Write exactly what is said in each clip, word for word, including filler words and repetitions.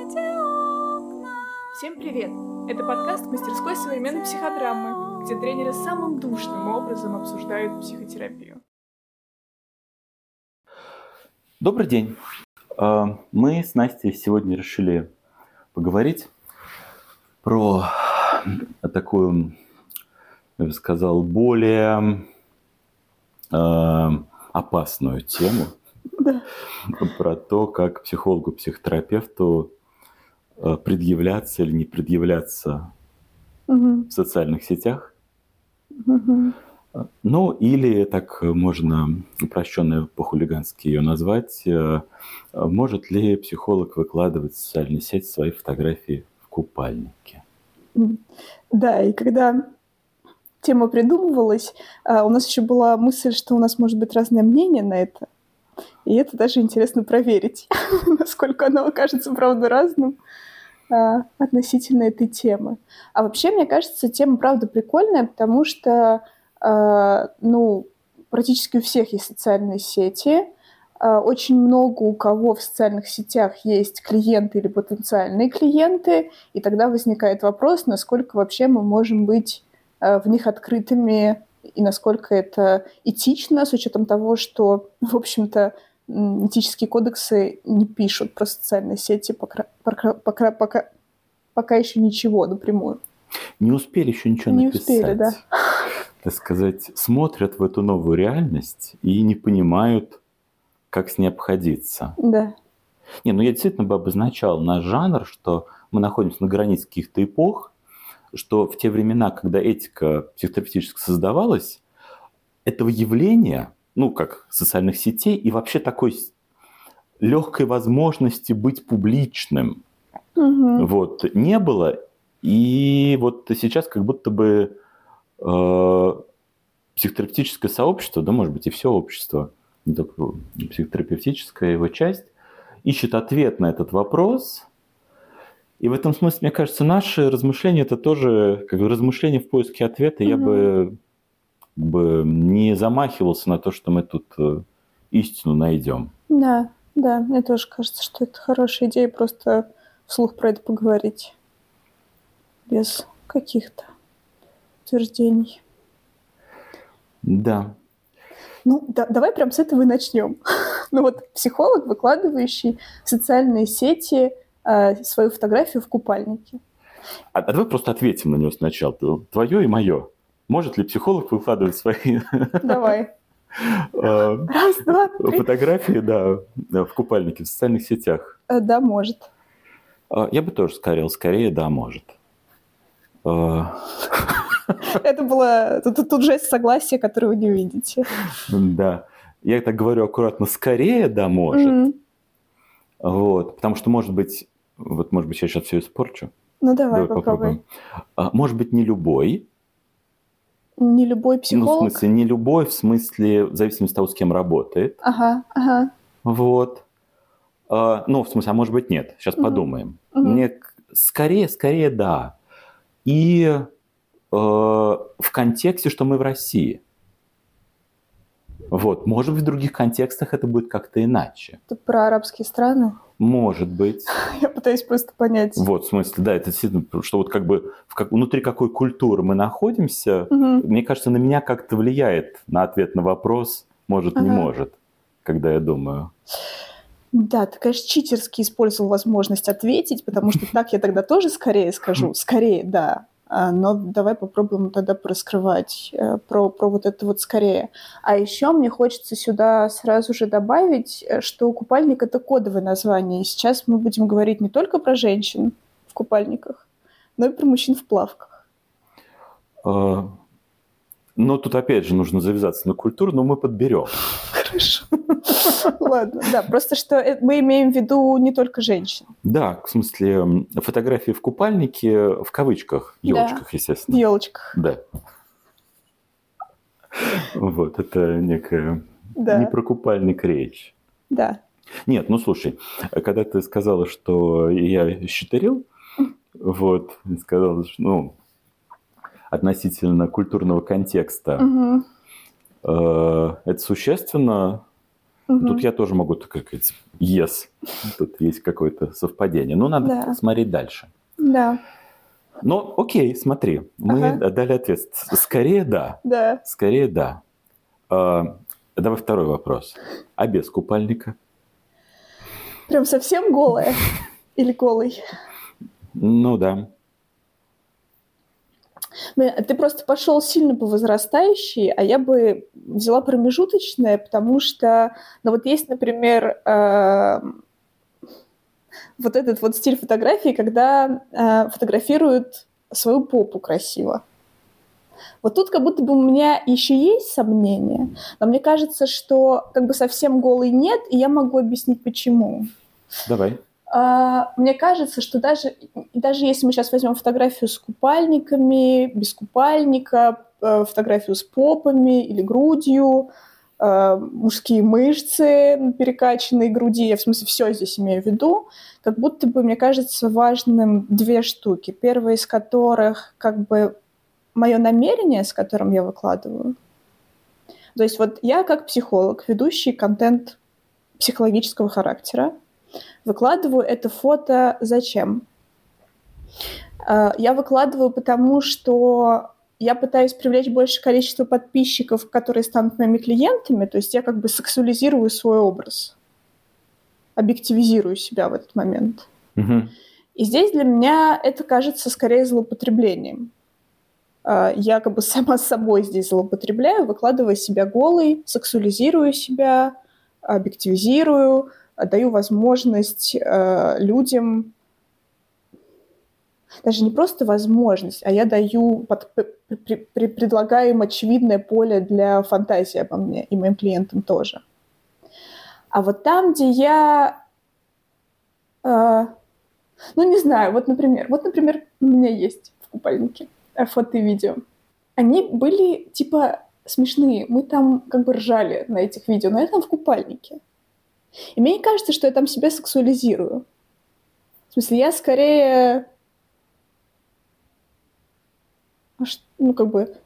Всем привет! Это подкаст мастерской современной психодрамы, где тренеры самым душным образом обсуждают психотерапию. Добрый день! Мы с Настей сегодня решили поговорить про такую, я бы сказал, более э, опасную тему. Да. Про то, как психологу, психотерапевту предъявляться или не предъявляться угу. в социальных сетях. Угу. Ну, или так можно упрощенно по-хулигански ее назвать. Может ли психолог выкладывать в социальные сети свои фотографии в купальнике? Да, и когда тема придумывалась, у нас еще была мысль, что у нас может быть разное мнение на это. И это даже интересно проверить, насколько оно окажется, правда, разным относительно этой темы. А вообще, мне кажется, тема, правда, прикольная, потому что ну, практически у всех есть социальные сети. Очень много у кого в социальных сетях есть клиенты или потенциальные клиенты, и тогда возникает вопрос, насколько вообще мы можем быть в них открытыми и насколько это этично, с учетом того, что, в общем-то, этические кодексы не пишут про социальные сети пока, пока, пока, пока, пока еще ничего напрямую. Не успели еще ничего не написать. Не успели, да. Так сказать, смотрят в эту новую реальность и не понимают, как с ней обходиться. Да. Не, ну я действительно бы обозначал наш жанр, что мы находимся на границе каких-то эпох, что в те времена, когда этика психотерапевтически создавалась, этого явления, ну, как социальных сетей, и вообще такой легкой возможности быть публичным, угу. вот, не было. И вот сейчас как будто бы э, психотерапевтическое сообщество, да, может быть, и все общество, не только психотерапевтическая его часть, ищет ответ на этот вопрос. И в этом смысле, мне кажется, наши размышления – это тоже как бы размышления в поиске ответа. Mm-hmm. Я бы, бы не замахивался на то, что мы тут истину найдем. Да, да, мне тоже кажется, что это хорошая идея просто вслух про это поговорить. Без каких-то утверждений. Да. Ну, да, давай прям с этого и начнем. Ну вот психолог, выкладывающий в социальные сети э, свою фотографию в купальнике. А, а давай просто ответим на него сначала. Твое и мое. Может ли психолог выкладывать свои Давай. Раз, два, три. Фотографии, да, в купальнике в социальных сетях? Да, может. Я бы тоже сказал, скорее, да, может. Это было... Тут, тут жест согласия, который вы не видите. Да. Я так говорю аккуратно, скорее, да, может. Mm-hmm. Вот. Потому что, может быть... Вот, может быть, я сейчас все испорчу. Ну, давай, давай попробуй. попробуем. Может быть, не любой. Не любой психолог? Ну, в смысле, не любой, в смысле, в зависимости от того, с кем работает. Ага, ага. Вот. Ну, в смысле, а может быть, нет. Сейчас mm-hmm. подумаем. Mm-hmm. Мне скорее, скорее, да. И... в контексте, что мы в России. Вот. Может быть, в других контекстах это будет как-то иначе. Ты про арабские страны? Может быть. Я пытаюсь просто понять. Вот, в смысле, да, это действительно, что вот как бы в как, внутри какой культуры мы находимся, угу. Мне кажется, на меня как-то влияет на ответ на вопрос «может, ага. не может», когда я думаю. Да, ты, конечно, читерски использовал возможность ответить, потому что так я тогда тоже скорее скажу. Скорее, да. Но давай попробуем тогда пораскрывать про, про вот это вот скорее. А еще мне хочется сюда сразу же добавить, что купальник – это кодовое название. И сейчас мы будем говорить не только про женщин в купальниках, но и про мужчин в плавках. А, ну, тут опять же нужно завязаться на культуру, но мы подберем. Хорошо. Ладно, да, просто что мы имеем в виду не только женщин. Да, в смысле, фотографии в купальнике, в кавычках, елочках, да, естественно. В елочках. Да. Вот, это некая да. не про купальник речь. Да. Нет, ну слушай, когда ты сказала, что я щитарил, вот, сказала, что, ну, относительно культурного контекста, угу. э, это существенно Угу. Тут я тоже могу, так сказать, yes, тут есть какое-то совпадение. Но надо Да. смотреть дальше. Да. Ну, окей, смотри, мы Ага. дали ответ. Скорее да. Да. Скорее да. А, давай второй вопрос. А без купальника? Прям совсем голая? Или голый? Ну да. Ты просто пошел сильно по возрастающей, а я бы взяла промежуточное, потому что, ну вот есть, например, э, вот этот вот стиль фотографии, когда э, фотографируют свою попу красиво. Вот тут как будто бы у меня еще есть сомнения, но мне кажется, что как бы совсем голый нет, и я могу объяснить, почему. Давай. Uh, мне кажется, что даже, даже если мы сейчас возьмем фотографию с купальниками, без купальника, фотографию с попами или грудью, uh, мужские мышцы, перекачанные груди, я в смысле все здесь имею в виду, как будто бы, мне кажется, важным две штуки. Первая из которых как бы мое намерение, с которым я выкладываю. То есть вот я как психолог, ведущий контент психологического характера, выкладываю это фото зачем? Я выкладываю, потому что я пытаюсь привлечь большее количество подписчиков, которые станут моими клиентами, то есть я как бы сексуализирую свой образ, объективизирую себя в этот момент. Угу. И здесь для меня это кажется скорее злоупотреблением. Я как бы сама с собой здесь злоупотребляю, выкладывая себя голой, сексуализирую себя, объективизирую, даю возможность э, людям, даже не просто возможность, а я даю, под, при, при, предлагаю им очевидное поле для фантазии обо мне и моим клиентам тоже. А вот там, где я, э, ну не знаю, вот например, вот, например, у меня есть в купальнике фото и видео. Они были типа смешные, мы там как бы ржали на этих видео, но я там в купальнике. И мне не кажется, что я там себя сексуализирую. В смысле, я скорее... Ну, как бы...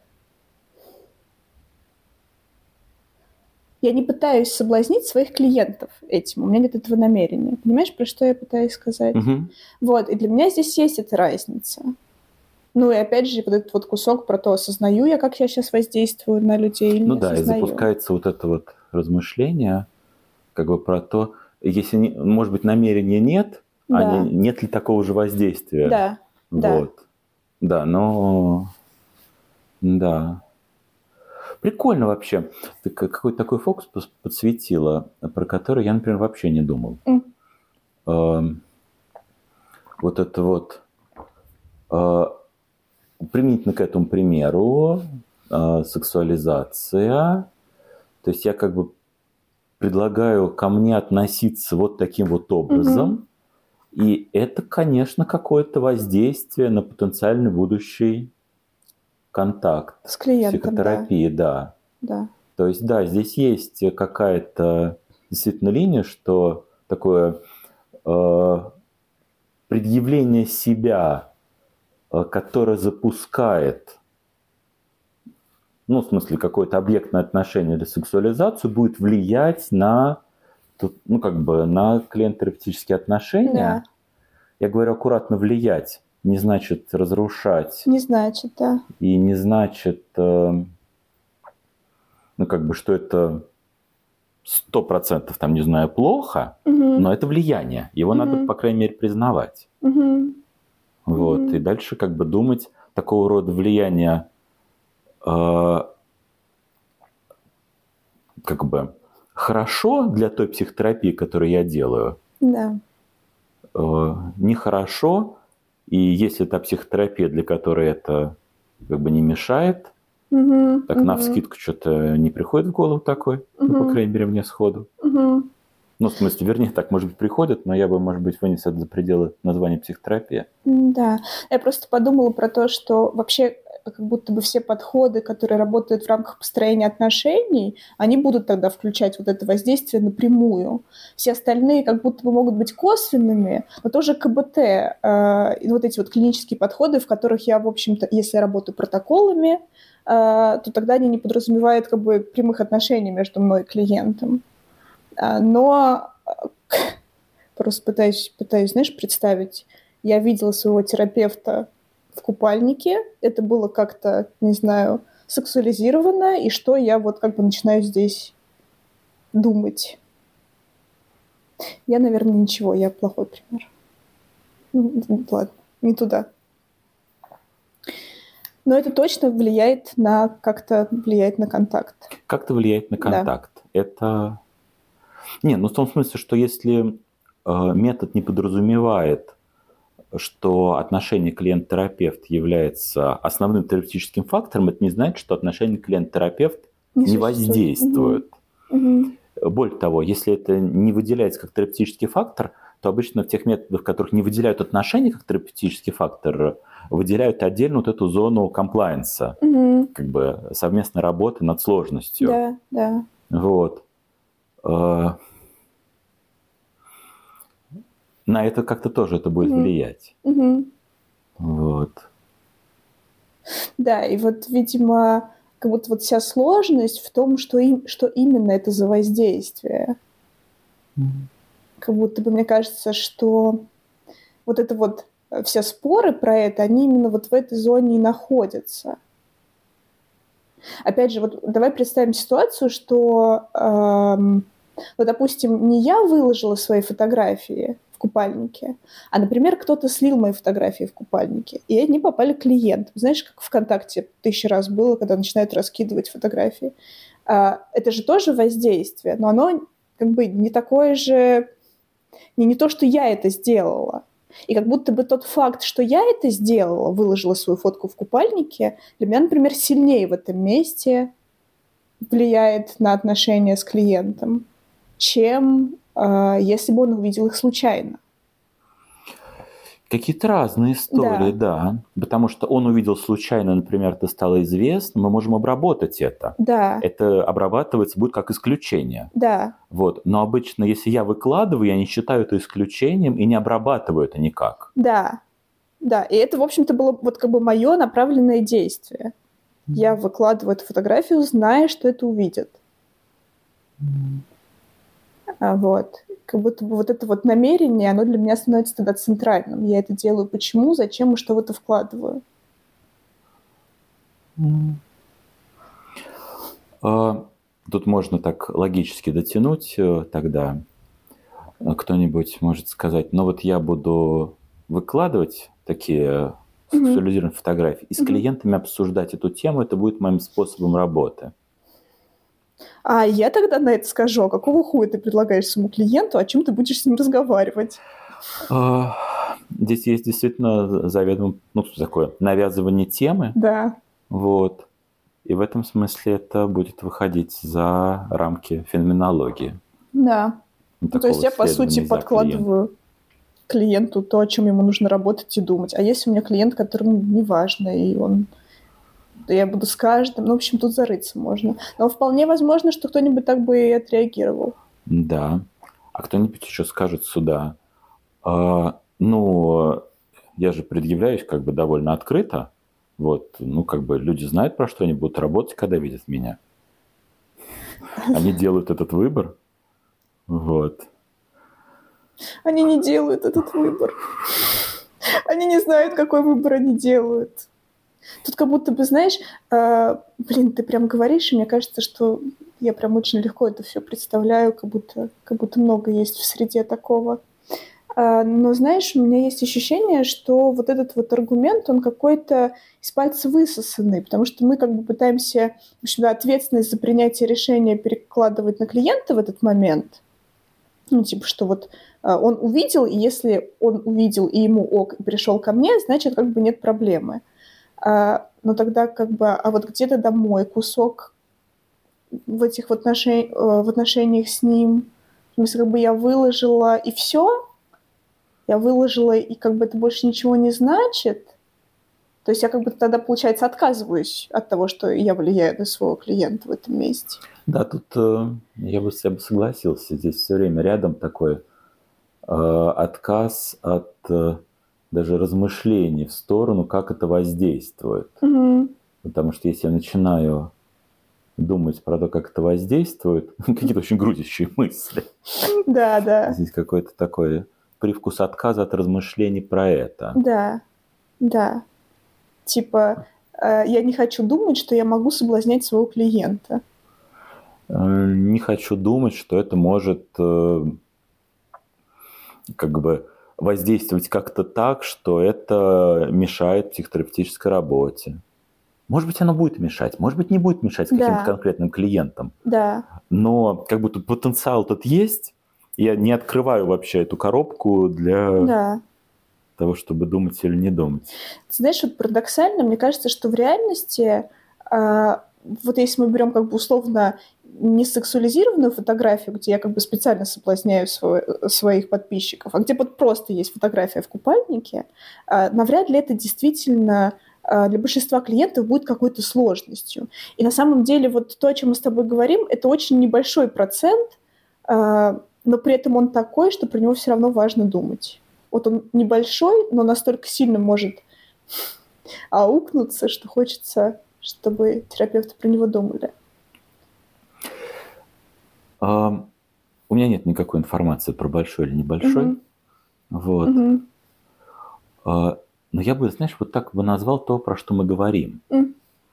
Я не пытаюсь соблазнить своих клиентов этим. У меня нет этого намерения. Понимаешь, про что я пытаюсь сказать? Угу. Вот. И для меня здесь есть эта разница. Ну, и опять же, вот этот вот кусок про то, осознаю я, как я сейчас воздействую на людей или ну, не да, осознаю. И запускается вот это вот размышление как бы про то, если, не, может быть, намерения нет, да. а не, нет ли такого же воздействия. Да, вот. да. Да, но... Да. Прикольно вообще. Ты какой-то такой фокус подсветила, про который я, например, вообще не думал. Mm. Э, вот это вот... Э, применительно к этому примеру, э, сексуализация. То есть я как бы предлагаю ко мне относиться вот таким вот образом. Mm-hmm. И это, конечно, какое-то воздействие на потенциальный будущий контакт с клиентом, психотерапии, да. да. да. То есть, да, здесь есть какая-то действительно линия, что такое э, предъявление себя, э, которое запускает, ну, в смысле, какое-то объектное отношение или сексуализацию, будет влиять на, ну, как бы, на клиент-терапевтические отношения. Да. Я говорю аккуратно влиять. Не значит разрушать. Не значит, да. И не значит, э, ну, как бы, что это сто процентов, там, не знаю, плохо, угу. но это влияние. Его угу. надо, по крайней мере, признавать. Угу. Вот. Угу. И дальше, как бы, думать, такого рода влияние, э, как бы, хорошо для той психотерапии, которую я делаю. Да. Э, нехорошо. И если та психотерапия, для которой это как бы не мешает, угу, так угу. навскидку что-то не приходит в голову такой, угу. ну, по крайней мере, мне сходу. Угу. Ну, в смысле, вернее, так, может быть, приходит, но я бы, может быть, вынес это за пределы названия психотерапия. Да, я просто подумала про то, что вообще как будто бы все подходы, которые работают в рамках построения отношений, они будут тогда включать вот это воздействие напрямую. Все остальные как будто бы могут быть косвенными, но тоже КБТ, э, и вот эти вот клинические подходы, в которых я, в общем-то, если я работаю протоколами, э, то тогда они не подразумевают как бы прямых отношений между мной и клиентом. Но просто пытаюсь, пытаюсь, знаешь, представить. Я видела своего терапевта в купальнике. Это было как-то, не знаю, сексуализировано. И что я вот как бы начинаю здесь думать? Я, наверное, ничего. Я плохой пример. Ну, ладно, не туда. Но это точно влияет на, как-то влияет на контакт. Как-то влияет на контакт. Да. Это... Не, ну в том смысле, что если э, метод не подразумевает, что отношение клиент-терапевт является основным терапевтическим фактором, это не значит, что отношение клиент-терапевт не, не воздействует. Угу. Более того, если это не выделяется как терапевтический фактор, то обычно в тех методах, в которых не выделяют отношения как терапевтический фактор, выделяют отдельно вот эту зону комплайенса, угу. как бы совместной работы над сложностью. Да, да. Вот. На это как-то тоже это будет угу. влиять. Угу. Вот. Да, и вот, видимо, как будто вот вся сложность в том, что, им, что именно это за воздействие. Mm. Как будто бы мне кажется, что вот это вот все споры про это, они именно вот в этой зоне и находятся. Опять же, вот давай представим ситуацию, что, эм, вот, допустим, не я выложила свои фотографии в купальнике, а, например, кто-то слил мои фотографии в купальнике, и они попали к клиенту. Знаешь, как ВКонтакте тысячу раз было, когда начинают раскидывать фотографии. Это же тоже воздействие, но оно как бы не такое же, не, не то, что я это сделала. И как будто бы тот факт, что я это сделала, выложила свою фотку в купальнике, для меня, например, сильнее в этом месте влияет на отношения с клиентом, чем если бы он увидел их случайно. Какие-то разные истории, да. да. Потому что он увидел случайно, например, это стало известно, мы можем обработать это. Да. Это обрабатываться будет как исключение. Да. Вот. Но обычно, если я выкладываю, я не считаю это исключением и не обрабатываю это никак. Да. Да. И это, в общем-то, было вот как бы мое направленное действие. Mm. Я выкладываю эту фотографию, зная, что это увидят. Mm. Вот. Как будто бы вот это вот намерение, оно для меня становится тогда центральным. Я это делаю почему, зачем и что в это вкладываю. Mm. А, тут можно так логически дотянуть тогда. Кто-нибудь может сказать, ну вот я буду выкладывать такие сексуализированные mm-hmm. фотографии и с mm-hmm. клиентами обсуждать эту тему, это будет моим способом работы. А я тогда на это скажу, а какого хуя ты предлагаешь своему клиенту, о чем ты будешь с ним разговаривать? А, здесь есть действительно заведомо, ну, что такое, навязывание темы. Да. Вот. И в этом смысле это будет выходить за рамки феноменологии. Да. Ну, то есть я, по сути, подкладываю клиента. клиенту то, о чем ему нужно работать и думать. А если у меня клиент, которому не важно, и он... я буду с каждым. Ну, в общем, тут зарыться можно. Но вполне возможно, что кто-нибудь так бы и отреагировал. Да. А кто-нибудь еще скажет сюда, а, ну, я же предъявляюсь как бы довольно открыто. Вот, ну, как бы люди знают, про что они будут работать, когда видят меня. Они делают этот выбор. Вот. Они не делают этот выбор. Они не знают, какой выбор они делают. Тут как будто бы, знаешь, э, блин, ты прям говоришь, и мне кажется, что я прям очень легко это все представляю, как будто, как будто много есть в среде такого. Э, но, знаешь, у меня есть ощущение, что вот этот вот аргумент, он какой-то из пальца высосанный, потому что мы как бы пытаемся, в общем, да, ответственность за принятие решения перекладывать на клиента в этот момент. Ну, типа, что вот э, он увидел, и если он увидел, и ему ок, и пришел ко мне, значит, как бы нет проблемы. А, но тогда как бы, а вот где тогда мой кусок в этих в, отношень, в отношениях с ним? В смысле, как бы я выложила, и все? Я выложила, и как бы это больше ничего не значит? То есть я как бы тогда, получается, отказываюсь от того, что я влияю на своего клиента в этом месте. Да, тут э, я, бы, я бы согласился. Здесь все время рядом такой э, отказ от... Э, даже размышлений в сторону, как это воздействует. Mm-hmm. Потому что если я начинаю думать про то, как это воздействует, какие-то очень грузящие мысли. Да, да. Здесь какой-то такой привкус отказа от размышлений про это. Да, да. Типа, э, я не хочу думать, что я могу соблазнять своего клиента. Не хочу думать, что это может э, как бы воздействовать как-то так, что это мешает психотерапевтической работе. Может быть, оно будет мешать, может быть, не будет мешать каким-то Да. конкретным клиентам. Да. Но как будто потенциал тут есть, и я не открываю вообще эту коробку для Да. того, чтобы думать или не думать. Ты знаешь, вот парадоксально, мне кажется, что в реальности, э, вот если мы берем как бы условно не сексуализированную фотографию, где я как бы специально соблазняю свой, своих подписчиков, а где вот просто есть фотография в купальнике, э, навряд ли это действительно э, для большинства клиентов будет какой-то сложностью. И на самом деле вот то, о чем мы с тобой говорим, это очень небольшой процент, э, но при этом он такой, что про него все равно важно думать. Вот он небольшой, но настолько сильно может аукнуться, что хочется, чтобы терапевты про него думали. А, у меня нет никакой информации про большой или небольшой. Мгм. Вот. Мгм. А, но я бы, знаешь, вот так бы назвал то, про что мы говорим. М.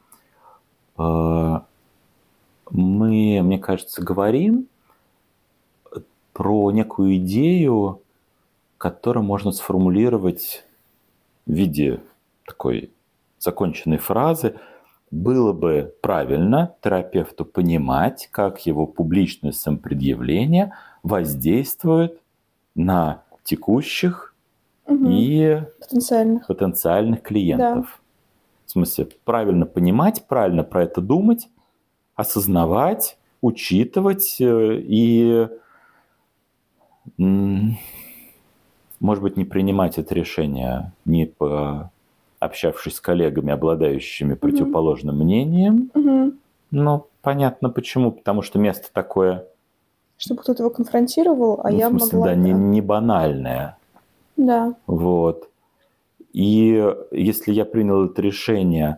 А, мы, мне кажется, говорим про некую идею, которую можно сформулировать в виде такой законченной фразы. Было бы правильно терапевту понимать, как его публичное самопредъявление воздействует на текущих Мгм. и Потенциальных. потенциальных клиентов. В смысле, правильно понимать, правильно про это думать, осознавать, учитывать э, и, м, может быть, не принимать это решение, не пообщавшись с коллегами, обладающими противоположным мнением. Мгм. Но понятно почему, потому что место такое, Чтобы кто-то его конфронтировал, а ну, я в смысле, могла... да, не, не банальное. Да. Вот. И если я принял это решение,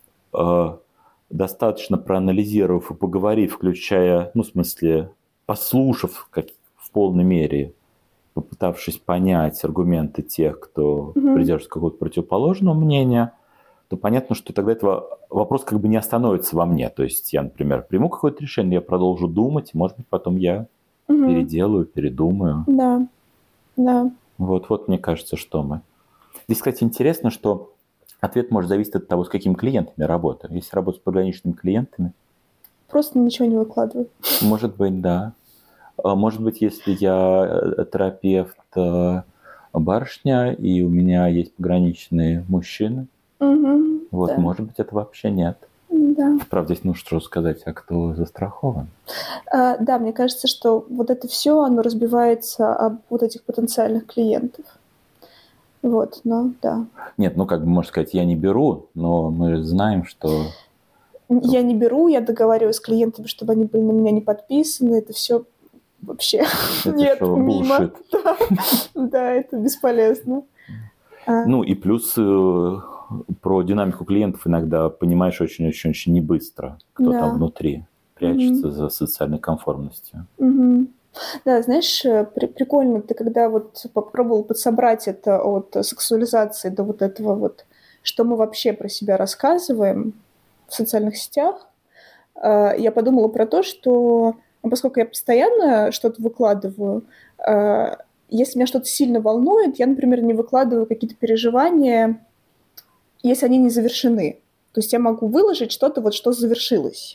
э, достаточно проанализировав и поговорив, включая, ну, в смысле, послушав как, в полной мере, попытавшись понять аргументы тех, кто Мгм. придерживается какого-то противоположного мнения, то понятно, что тогда этого вопрос как бы не остановится во мне. То есть я, например, приму какое-то решение, я продолжу думать, может быть, потом я Мгм. переделаю, передумаю. Да. Да. Вот, вот мне кажется, что мы. Здесь, кстати, интересно, что ответ может зависеть от того, с какими клиентами я работаю. Если работаю с пограничными клиентами, Просто ничего не выкладываю. может быть, да. А может быть, если я э, терапевт э, барышня, и у меня есть пограничные мужчины, Мгм. вот, Да. может быть, это вообще нет. Да. Правда, здесь нужно что сказать, а кто застрахован? А, да, мне кажется, что вот это все, оно разбивается об вот этих потенциальных клиентов. Вот, но да. Нет, ну как бы, можно сказать, я не беру, но мы знаем, что... Я не беру, я договариваюсь с клиентами, чтобы они были на меня не подписаны. Это все вообще Это нет, что, мимо. bullshit. Да. Да, это бесполезно. А, Ну и плюс э, про динамику клиентов иногда понимаешь очень-очень-очень не быстро, кто Да. там внутри прячется за социальной конформностью. Мгм. Да, знаешь, э, при- прикольно, ты когда вот попробовал подсобрать это от сексуализации до вот этого вот, что мы вообще про себя рассказываем в социальных сетях, э, я подумала про то, что, ну, поскольку я постоянно что-то выкладываю, э, если меня что-то сильно волнует, я, например, не выкладываю какие-то переживания, если они не завершены. То есть я могу выложить что-то, вот что завершилось.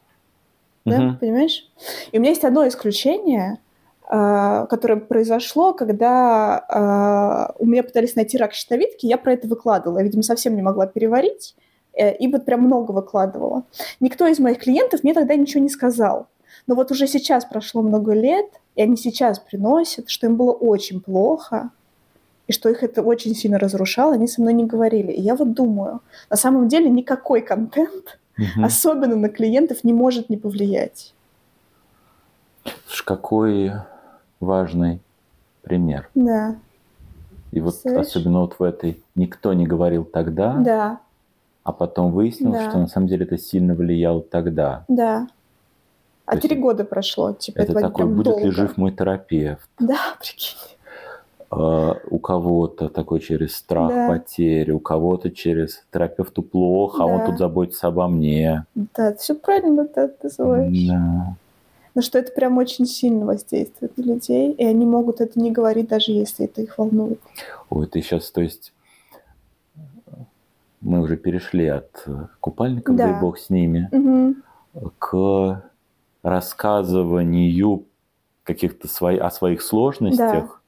Да, Мгм. понимаешь? И у меня есть одно исключение, а, которое произошло, когда а, у меня пытались найти рак щитовидки, я про это выкладывала. Я, видимо, совсем не могла переварить, э, и вот прям много выкладывала. Никто из моих клиентов мне тогда ничего не сказал. Но вот уже сейчас прошло много лет, и они сейчас приносят, что им было очень плохо, и что их это очень сильно разрушало, они со мной не говорили. И я вот думаю, на самом деле никакой контент, Мгм. особенно на клиентов, не может не повлиять. Слушай, какой важный пример. Да, И вот представляешь? особенно вот в этой «никто не говорил тогда», Да, а потом выяснилось, Да. что на самом деле это сильно влияло тогда. Да. А То есть три года прошло, типа, это это такой, прям будет долго. ли жив мой терапевт? Да, прикинь. А, у кого-то такой через страх Да. потери, у кого-то через терапевту плохо, а он Да. тут заботится обо мне. Да, ты все правильно ты называешь. Да. Но что это прям очень сильно воздействует на людей, и они могут это не говорить, даже если это их волнует. Ой, ты сейчас, то есть, мы уже перешли от купальников, Да. дай бог с ними, Мгм. к рассказыванию каких-то свои, о своих сложностях.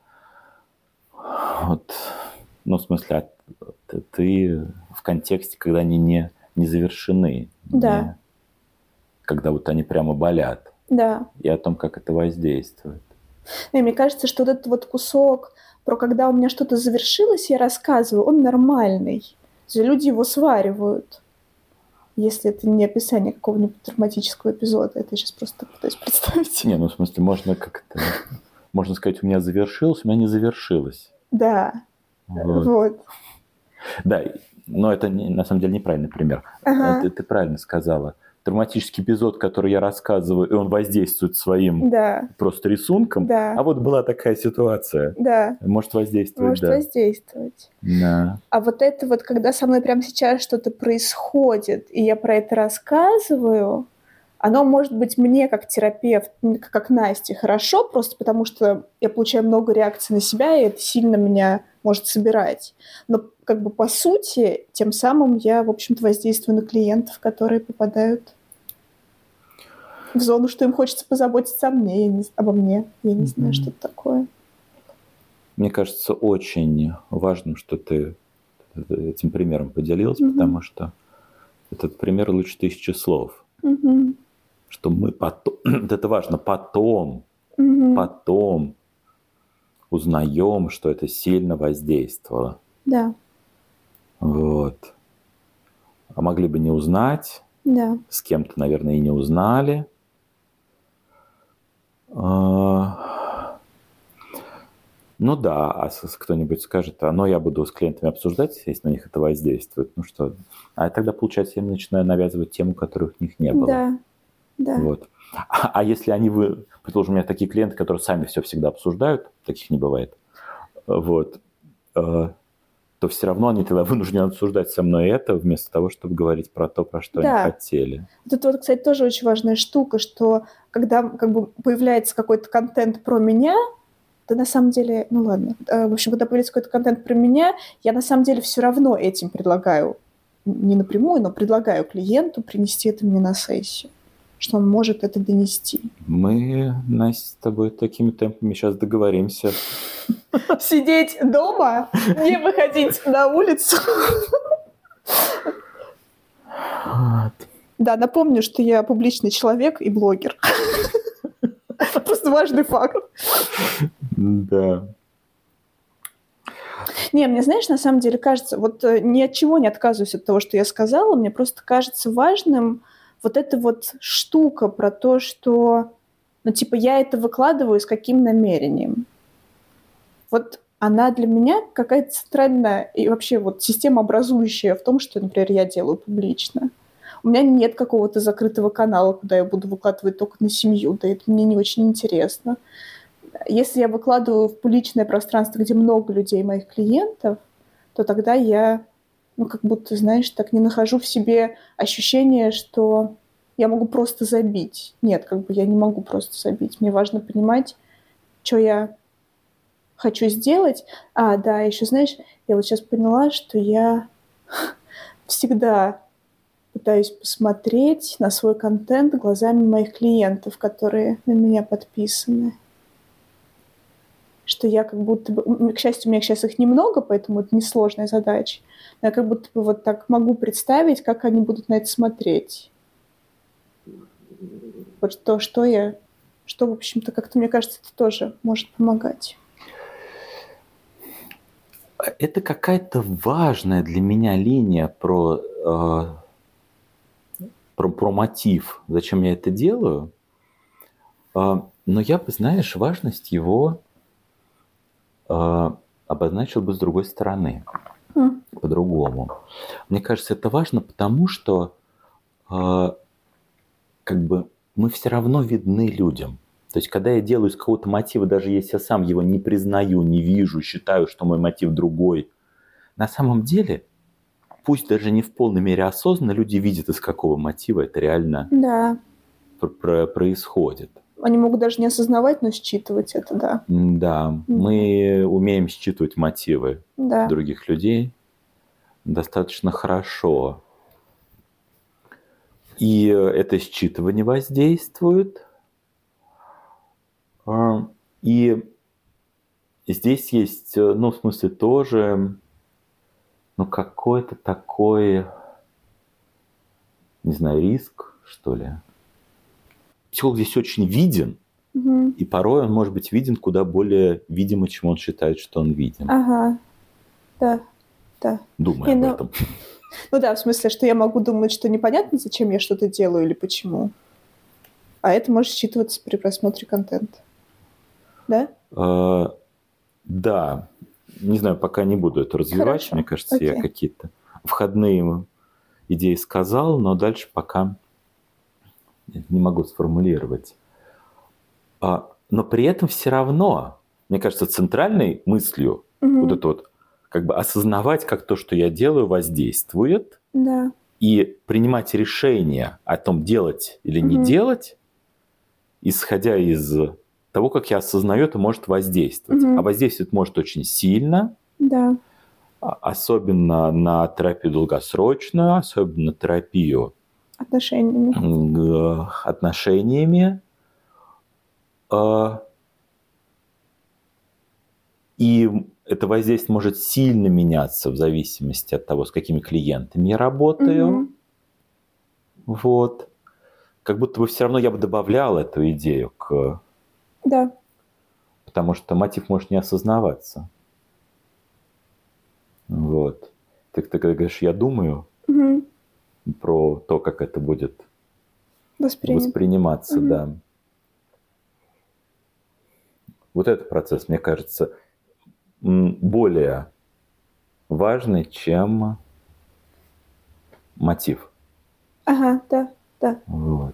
Вот, ну, в смысле, от- ты, ты в контексте, когда они не, не завершены, Да. не- когда вот они прямо болят, Да. и о том, как это воздействует. И мне кажется, что вот этот вот кусок про когда у меня что-то завершилось, я рассказываю, он нормальный. То есть люди его сваривают. Если это не описание какого-нибудь травматического эпизода. Это я сейчас просто так пытаюсь представить. Не, ну, в смысле, можно как-то... Можно сказать, у меня завершилось, у меня не завершилось. Да. Вот. Вот. Да, но это не- на самом деле неправильный пример. Ага. Ты, ты правильно сказала. Травматический эпизод, который я рассказываю, и он воздействует своим Да. просто рисунком. Да. А вот была такая ситуация. Да. Может воздействовать, Может да. воздействовать. Да. А вот это вот, когда со мной прямо сейчас что-то происходит, и я про это рассказываю, оно может быть мне как терапевт, как Насте, хорошо, просто потому что я получаю много реакций на себя, и это сильно меня может собирать. Но как бы по сути, тем самым я, в общем-то, воздействую на клиентов, которые попадают в зону, что им хочется позаботиться о мне, я не, обо мне. Я не знаю, Мгм. что это такое. Мне кажется, очень важным, что ты этим примером поделилась, Мгм. потому что этот пример лучше тысячи слов. Мгм. Что мы потом... Вот это важно. Потом, Мгм. потом узнаем, что это сильно воздействовало. Да, Вот. А могли бы не узнать, да. с кем-то, наверное, и не узнали. А, Ну да, а с- с- кто-нибудь скажет, а ну я буду с клиентами обсуждать, если на них это воздействует. Ну что, а тогда, получается, я начинаю навязывать тему, которых у них не было. Да, да. Вот. А, а если они вы, предположим, у меня такие клиенты, которые сами все всегда обсуждают, таких не бывает, вот, э, то все равно они тогда вынуждены обсуждать со мной это, вместо того, чтобы говорить про то, про что Да. они хотели. Вот это вот, кстати, тоже очень важная штука, что когда как бы появляется какой-то контент про меня, да на самом деле, ну ладно, э, в общем, когда появляется какой-то контент про меня, я на самом деле все равно этим предлагаю, н- не напрямую, но предлагаю клиенту принести это мне на сессию, что он может это донести. Мы, Настя, с тобой такими темпами сейчас договоримся. Сидеть дома, не выходить на улицу. Вот. Да, напомню, что я публичный человек и блогер. Просто важный факт. Да. Не, мне, знаешь, на самом деле кажется, вот э, ни от чего не отказываюсь от того, что я сказала, мне просто кажется важным вот эта вот штука про то, что, ну, типа, я это выкладываю с каким намерением. Вот она для меня какая-то центральная и вообще вот системообразующая в том, что, например, я делаю публично. У меня нет какого-то закрытого канала, куда я буду выкладывать только на семью, да это мне не очень интересно. Если я выкладываю в публичное пространство, где много людей, моих клиентов, то тогда я, ну, как будто, знаешь, так не нахожу в себе ощущение, что я могу просто забить. Нет, как бы я не могу просто забить. Мне важно понимать, что я хочу сделать. А, да, еще, знаешь, я вот сейчас поняла, что я всегда пытаюсь посмотреть на свой контент глазами моих клиентов, которые на меня подписаны. Что я как будто бы... м, К счастью, у меня сейчас их немного, поэтому это несложная задача. Но я как будто бы вот так могу представить, как они будут на это смотреть. Вот то, что я... Что, в общем-то, как-то, мне кажется, это тоже может помогать. Это какая-то важная для меня линия про, э, про, про мотив, зачем я это делаю. Э, но я бы, знаешь, важность его э, обозначил бы с другой стороны. Хм. по-другому. Мне кажется, это важно, потому что э, как бы мы все равно видны людям. То есть, когда я делаю из какого-то мотива, даже если я сам его не признаю, не вижу, считаю, что мой мотив другой, на самом деле, пусть даже не в полной мере осознанно, люди видят, из какого мотива это реально Да. пр- пр- происходит. Они могут даже не осознавать, но считывать это, да. Да, Мгм. мы умеем считывать мотивы Да. других людей достаточно хорошо. И это считывание воздействует. А, И здесь есть, ну, в смысле, тоже, ну, какой-то такой, не знаю, риск, что ли. Психолог здесь очень виден, Мгм. и порой он может быть виден куда более видимо, чем он считает, что он виден. Ага. Да. Да. Думай Не, об ну- этом. Ну да, в смысле, что я могу думать, что непонятно, зачем я что-то делаю или почему. А это может считываться при просмотре контента. Да? А, Да, не знаю, пока не буду это развивать. Хорошо, Мне кажется, я окей. какие-то входные идеи сказал, но дальше пока не могу сформулировать. А, Но при этом все равно, мне кажется, центральной мыслью Мгм. вот это вот как бы осознавать, как то, что я делаю, воздействует, Да. и принимать решение о том, делать или не Мгм. делать, исходя из того, как я осознаю, это может воздействовать. Мгм. А воздействовать может очень сильно, Да. а- особенно на терапию долгосрочную, особенно на терапию Отношениями. м, э, отношениями. А, И это воздействие может сильно меняться в зависимости от того, с какими клиентами я работаю. Мгм. Вот. Как будто бы все равно я бы добавлял эту идею, к... Да. потому что мотив может не осознаваться. Вот. Ты, ты когда говоришь, я думаю Мгм. про то, как это будет Воспринят. восприниматься, Мгм. да. Вот этот процесс, мне кажется, м, более важный, чем мотив. Ага, да, да. Вот.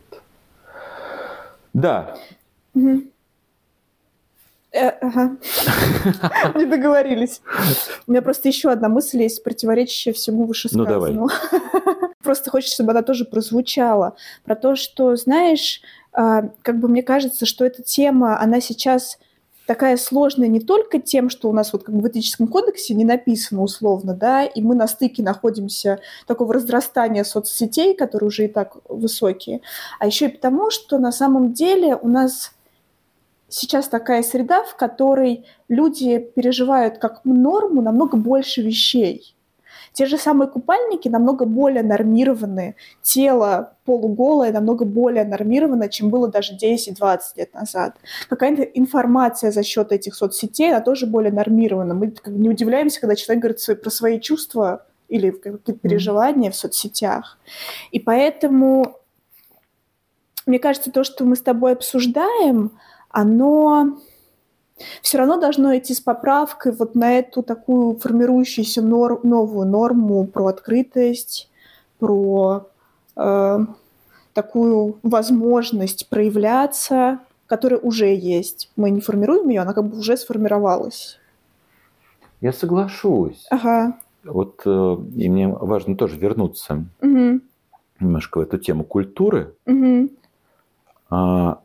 Да. Мгм. Э, ага. Не договорились. У меня просто еще одна мысль есть, противоречащая всему Ну, давай. вышесказанному. Просто хочется, чтобы она тоже прозвучала. Про то, что, знаешь, а, как бы мне кажется, что эта тема, она сейчас такая сложная не только тем, что у нас вот как бы в этическом кодексе не написано условно, да, и мы на стыке находимся такого разрастания соцсетей, которые уже и так высокие, а еще и потому, что на самом деле у нас сейчас такая среда, в которой люди переживают как норму намного больше вещей. Те же самые купальники намного более нормированы, тело полуголое намного более нормировано, чем было даже десять-двадцать лет назад. Какая-то информация за счет этих соцсетей, она тоже более нормирована. Мы как бы не удивляемся, когда человек говорит свои- про свои чувства или какие-то переживания в соцсетях. И поэтому, мне кажется, то, что мы с тобой обсуждаем, оно все равно должно идти с поправкой вот на эту такую формирующуюся нор- новую норму про открытость, про э, такую возможность проявляться, которая уже есть. Мы не формируем ее, она как бы уже сформировалась. Я соглашусь. Ага. Вот э, и мне важно тоже вернуться Угу. немножко в эту тему культуры. Угу. А,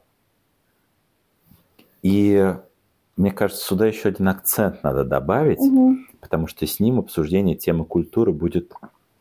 И мне кажется, сюда еще один акцент надо добавить, Угу. потому что с ним обсуждение темы культуры будет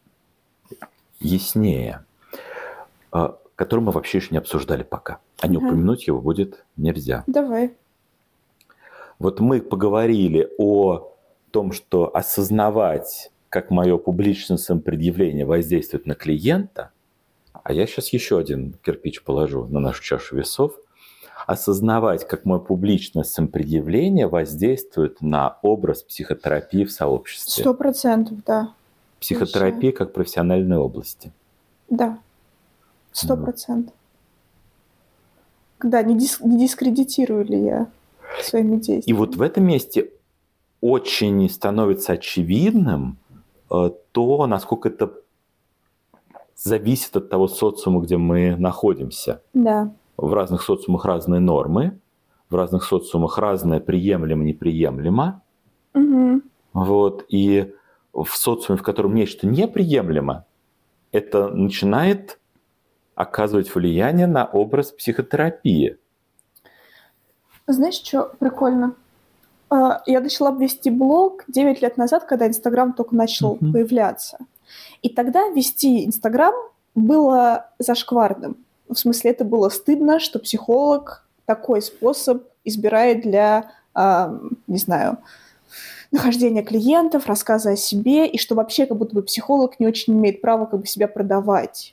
яснее, а, который мы вообще еще не обсуждали пока. А не Ага. упомянуть его будет нельзя. Давай. Вот мы поговорили о том, что осознавать, как мое публичное самопредъявление воздействует на клиента, а я сейчас еще один кирпич положу на нашу чашу весов, осознавать, как мое публичное самопредъявление воздействует на образ психотерапии в сообществе. Сто процентов, да. Психотерапии как профессиональной области. Да. Сто процентов. Да, не, дис- не дискредитирую ли я своими действиями. И вот в этом месте очень становится очевидным то насколько это зависит от того социума, где мы находимся. Да. В разных социумах разные нормы, в разных социумах разное приемлемо, неприемлемо. Угу. Вот. И в социуме, в котором нечто неприемлемо, это начинает оказывать влияние на образ психотерапии. Знаешь, что прикольно? Я начала вести блог девять лет назад, когда Инстаграм только начал uh-huh. появляться. И тогда вести Инстаграм было зашкварным. В смысле, это было стыдно, что психолог такой способ избирает для, э, не знаю, нахождения клиентов, рассказа о себе, и что вообще как будто бы психолог не очень имеет права как бы себя продавать.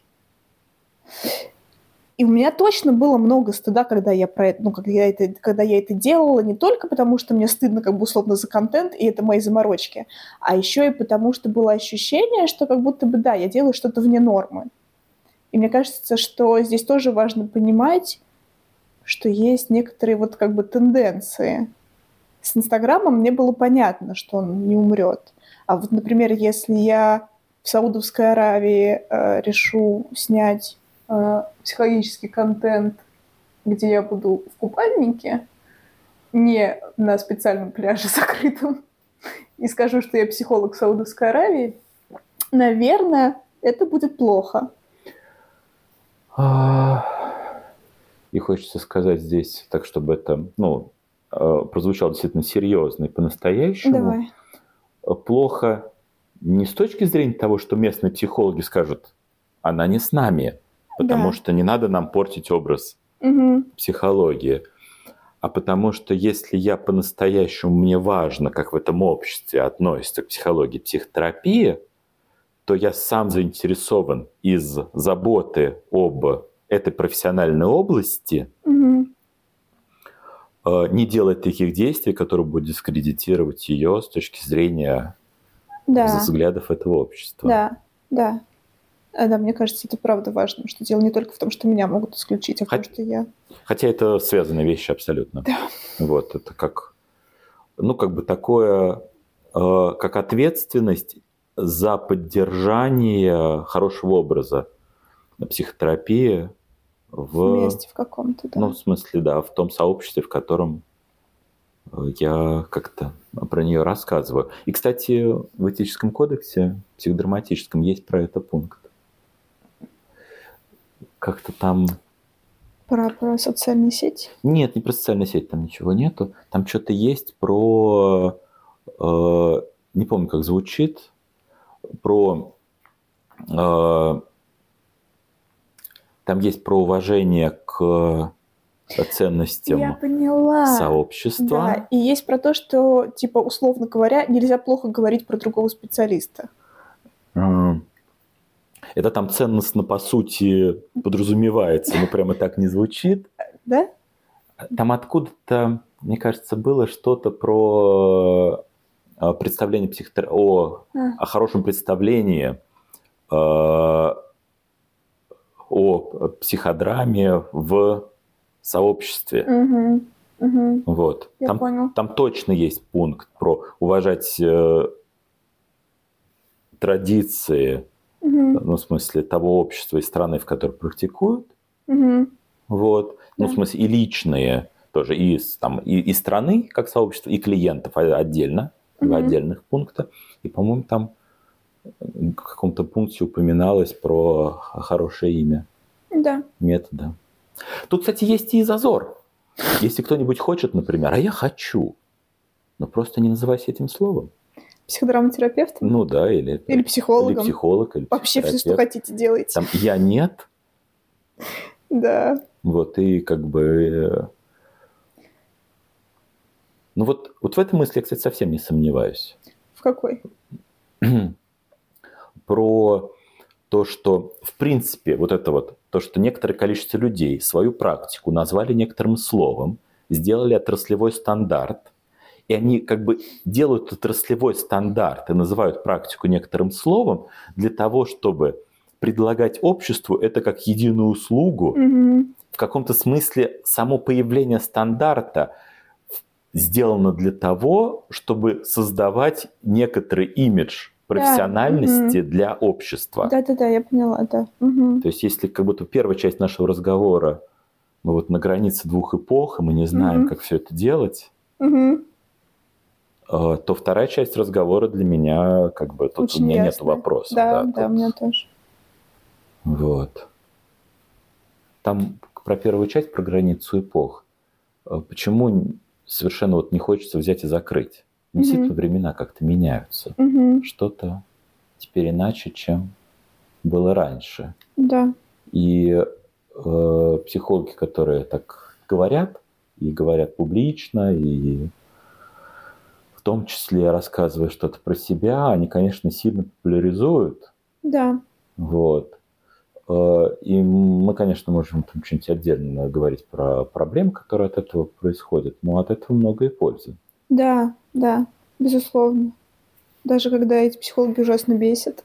И у меня точно было много стыда, когда я, про это, ну, когда, я это, когда я это делала, не только потому, что мне стыдно как бы условно за контент, и это мои заморочки, а еще и потому, что было ощущение, что как будто бы, да, я делаю что-то вне нормы. И мне кажется, что здесь тоже важно понимать, что есть некоторые вот как бы тенденции. С Инстаграмом мне было понятно, что он не умрет. А вот, например, если я в Саудовской Аравии э, решу снять психологический контент, где я буду в купальнике, не на специальном пляже закрытом, и скажу, что я психолог в Саудовской Аравии, наверное, это будет плохо. И хочется сказать здесь, так чтобы это, ну, прозвучало действительно серьезно и по-настоящему. Давай. Плохо не с точки зрения того, что местные психологи скажут, она не с нами, потому да. что не надо нам портить образ угу. психологии. А потому что если я по-настоящему, мне важно, как в этом обществе относится к психологии, психотерапии, то я сам заинтересован из заботы об этой профессиональной области угу. не делать таких действий, которые будут дискредитировать ее с точки зрения да. взглядов этого общества. Да, да. Да, мне кажется, это правда важно, что дело не только в том, что меня могут исключить, а в том, Хотя, что я... Хотя это связанные вещи абсолютно. Да. Вот, это как, ну, как бы такое, э, как ответственность за поддержание хорошего образа психотерапии в... месте в каком-то, да. Ну, в смысле, да, в том сообществе, в котором я как-то про нее рассказываю. И, кстати, в этическом кодексе психодраматическом есть про это пункт. Как-то там... Про, про социальные сети? Нет, не про социальные сети, там ничего нету. Там что-то есть про... Э, не помню, как звучит. Про... Э, там есть про уважение к ценностям Я поняла. сообщества. Да, и есть про то, что, типа, условно говоря, нельзя плохо говорить про другого специалиста. Mm. Это там ценностно, по сути, подразумевается, но прямо так не звучит. Да? Там откуда-то, мне кажется, было что-то про представление психотер... о... А. о хорошем представлении о психодраме в сообществе. Угу. Угу. Вот. Я там, понял. Там точно есть пункт про уважать э, традиции, угу. ну, в смысле, того общества и страны, в которой практикуют. Угу. Вот. Ну, да. в смысле, и личные тоже, и, там, и, и страны, как сообщество, и клиентов отдельно, угу. в отдельных пунктах. И, по-моему, там в каком-то пункте упоминалось про хорошее имя. Да. Метода. Тут, кстати, есть и зазор. Если кто-нибудь хочет, например, а я хочу, но просто не называйся этим словом. Психодраматерапевтом? Ну да, или... Или психологом. Или психолог, или вообще все, что хотите, делайте. Там я нет. Да. Вот, и как бы... Ну вот, вот в этой мысли я, кстати, совсем не сомневаюсь. В какой? Про то, что, в принципе, вот это вот, то, что некоторое количество людей свою практику назвали некоторым словом, сделали отраслевой стандарт, и они как бы делают отраслевой стандарт и называют практику некоторым словом для того, чтобы предлагать обществу это как единую услугу. Mm-hmm. В каком-то смысле само появление стандарта сделано для того, чтобы создавать некоторый имидж профессиональности угу. для общества. Да-да-да, я поняла, да. Угу. То есть если как будто первая часть нашего разговора мы вот на границе двух эпох, и мы не знаем, угу. как все это делать, угу. то вторая часть разговора для меня, как бы, тут очень у меня ясно. нет вопросов. Да, да, да, тут... у меня тоже. Вот. Там про первую часть, про границу эпох. Почему совершенно вот не хочется взять и закрыть? Действительно, угу. времена как-то меняются. Угу. Что-то теперь иначе, чем было раньше. Да. И э, психологи, которые так говорят, и говорят публично, и в том числе рассказывая что-то про себя, они, конечно, сильно популяризуют. Да. Вот. И мы, конечно, можем там что-нибудь отдельно говорить про проблемы, которые от этого происходят, но от этого много и пользы. Да, да, безусловно. Даже когда эти психологи ужасно бесят.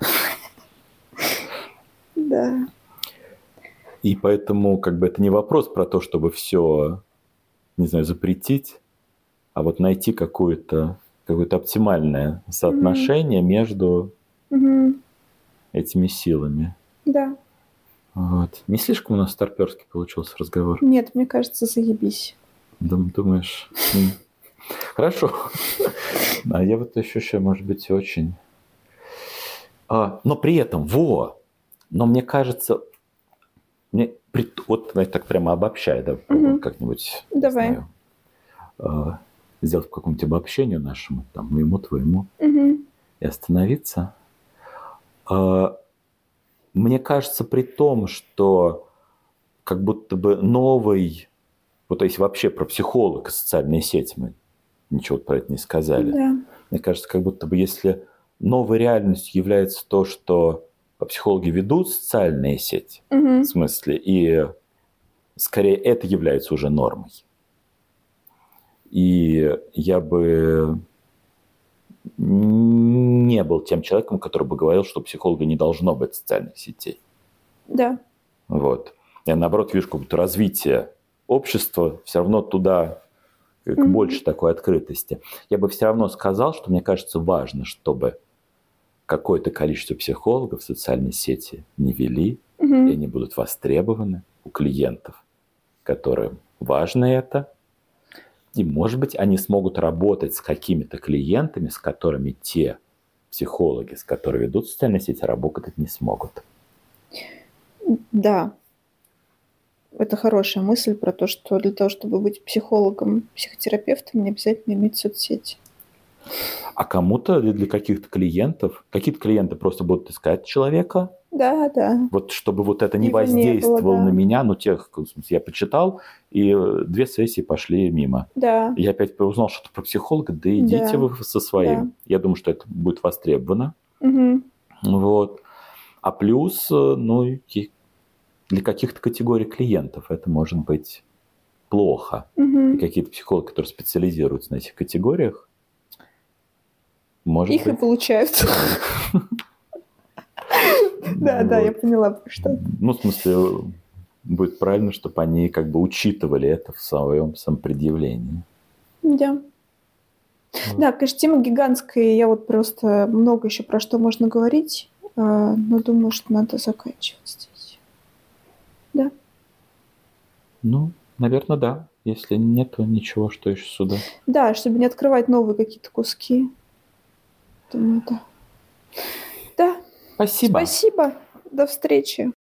Да. И поэтому как бы это не вопрос про то, чтобы все, не знаю, запретить, а вот найти какое-то, какое-то оптимальное соотношение между этими силами. Да. Вот. Не слишком у нас старперский получился разговор? Нет, мне кажется, заебись. Дум, думаешь? Хорошо. А я вот ощущаю, может быть, очень... А, но при этом, во! Но мне кажется... Мне, вот я так прямо обобщаю, да, угу. как-нибудь... Давай. Знаю, а, сделать в каком-то обобщению нашему, там, моему, твоему, угу. и остановиться. А, мне кажется, при том, что как будто бы новый... Вот если вообще про психолога, социальные сети мы ничего про это не сказали. Да. Мне кажется, как будто бы если новой реальностью является то, что психологи ведут социальные сети, угу. в смысле, и скорее это является уже нормой. И я бы не был тем человеком, который бы говорил, что у психолога не должно быть социальных сетей. Да. Вот. Я, наоборот, вижу какое-то развитие общества, все равно туда к mm-hmm. больше такой открытости. Я бы все равно сказал, что мне кажется важно, чтобы какое-то количество психологов в социальной сети не вели, mm-hmm. и они будут востребованы у клиентов, которым важно это. И, может быть, они смогут работать с какими-то клиентами, с которыми те психологи, с которыми ведут социальные сети, работать не смогут. Да. Это хорошая мысль про то, что для того, чтобы быть психологом, психотерапевтом, не обязательно иметь соцсети. А кому-то для каких-то клиентов, какие-то клиенты просто будут искать человека. Да, да. Вот чтобы вот это не воздействовало не было, да. на меня, ну тех, в смысле, я почитал, и две сессии пошли мимо. Да. Я опять узнал что-то про психолога, да идите да. вы со своим. Да. Я думаю, что это будет востребовано. Угу. Вот. А плюс, ну, для каких-то категорий клиентов это может быть плохо. Угу. И какие-то психологи, которые специализируются на этих категориях, может их быть... и получают. Да, да, я поняла, что. Ну, в смысле, будет правильно, чтобы они как бы учитывали это в своем самопредъявлении. Да. Да, конечно, тема гигантская, и я вот просто много еще про что можно говорить, но думаю, что надо заканчивать здесь. Да. Ну, наверное, да. Если нет, то ничего, что еще сюда. Да, чтобы не открывать новые какие-то куски. Думаю, да. Да. Спасибо. Спасибо. До встречи.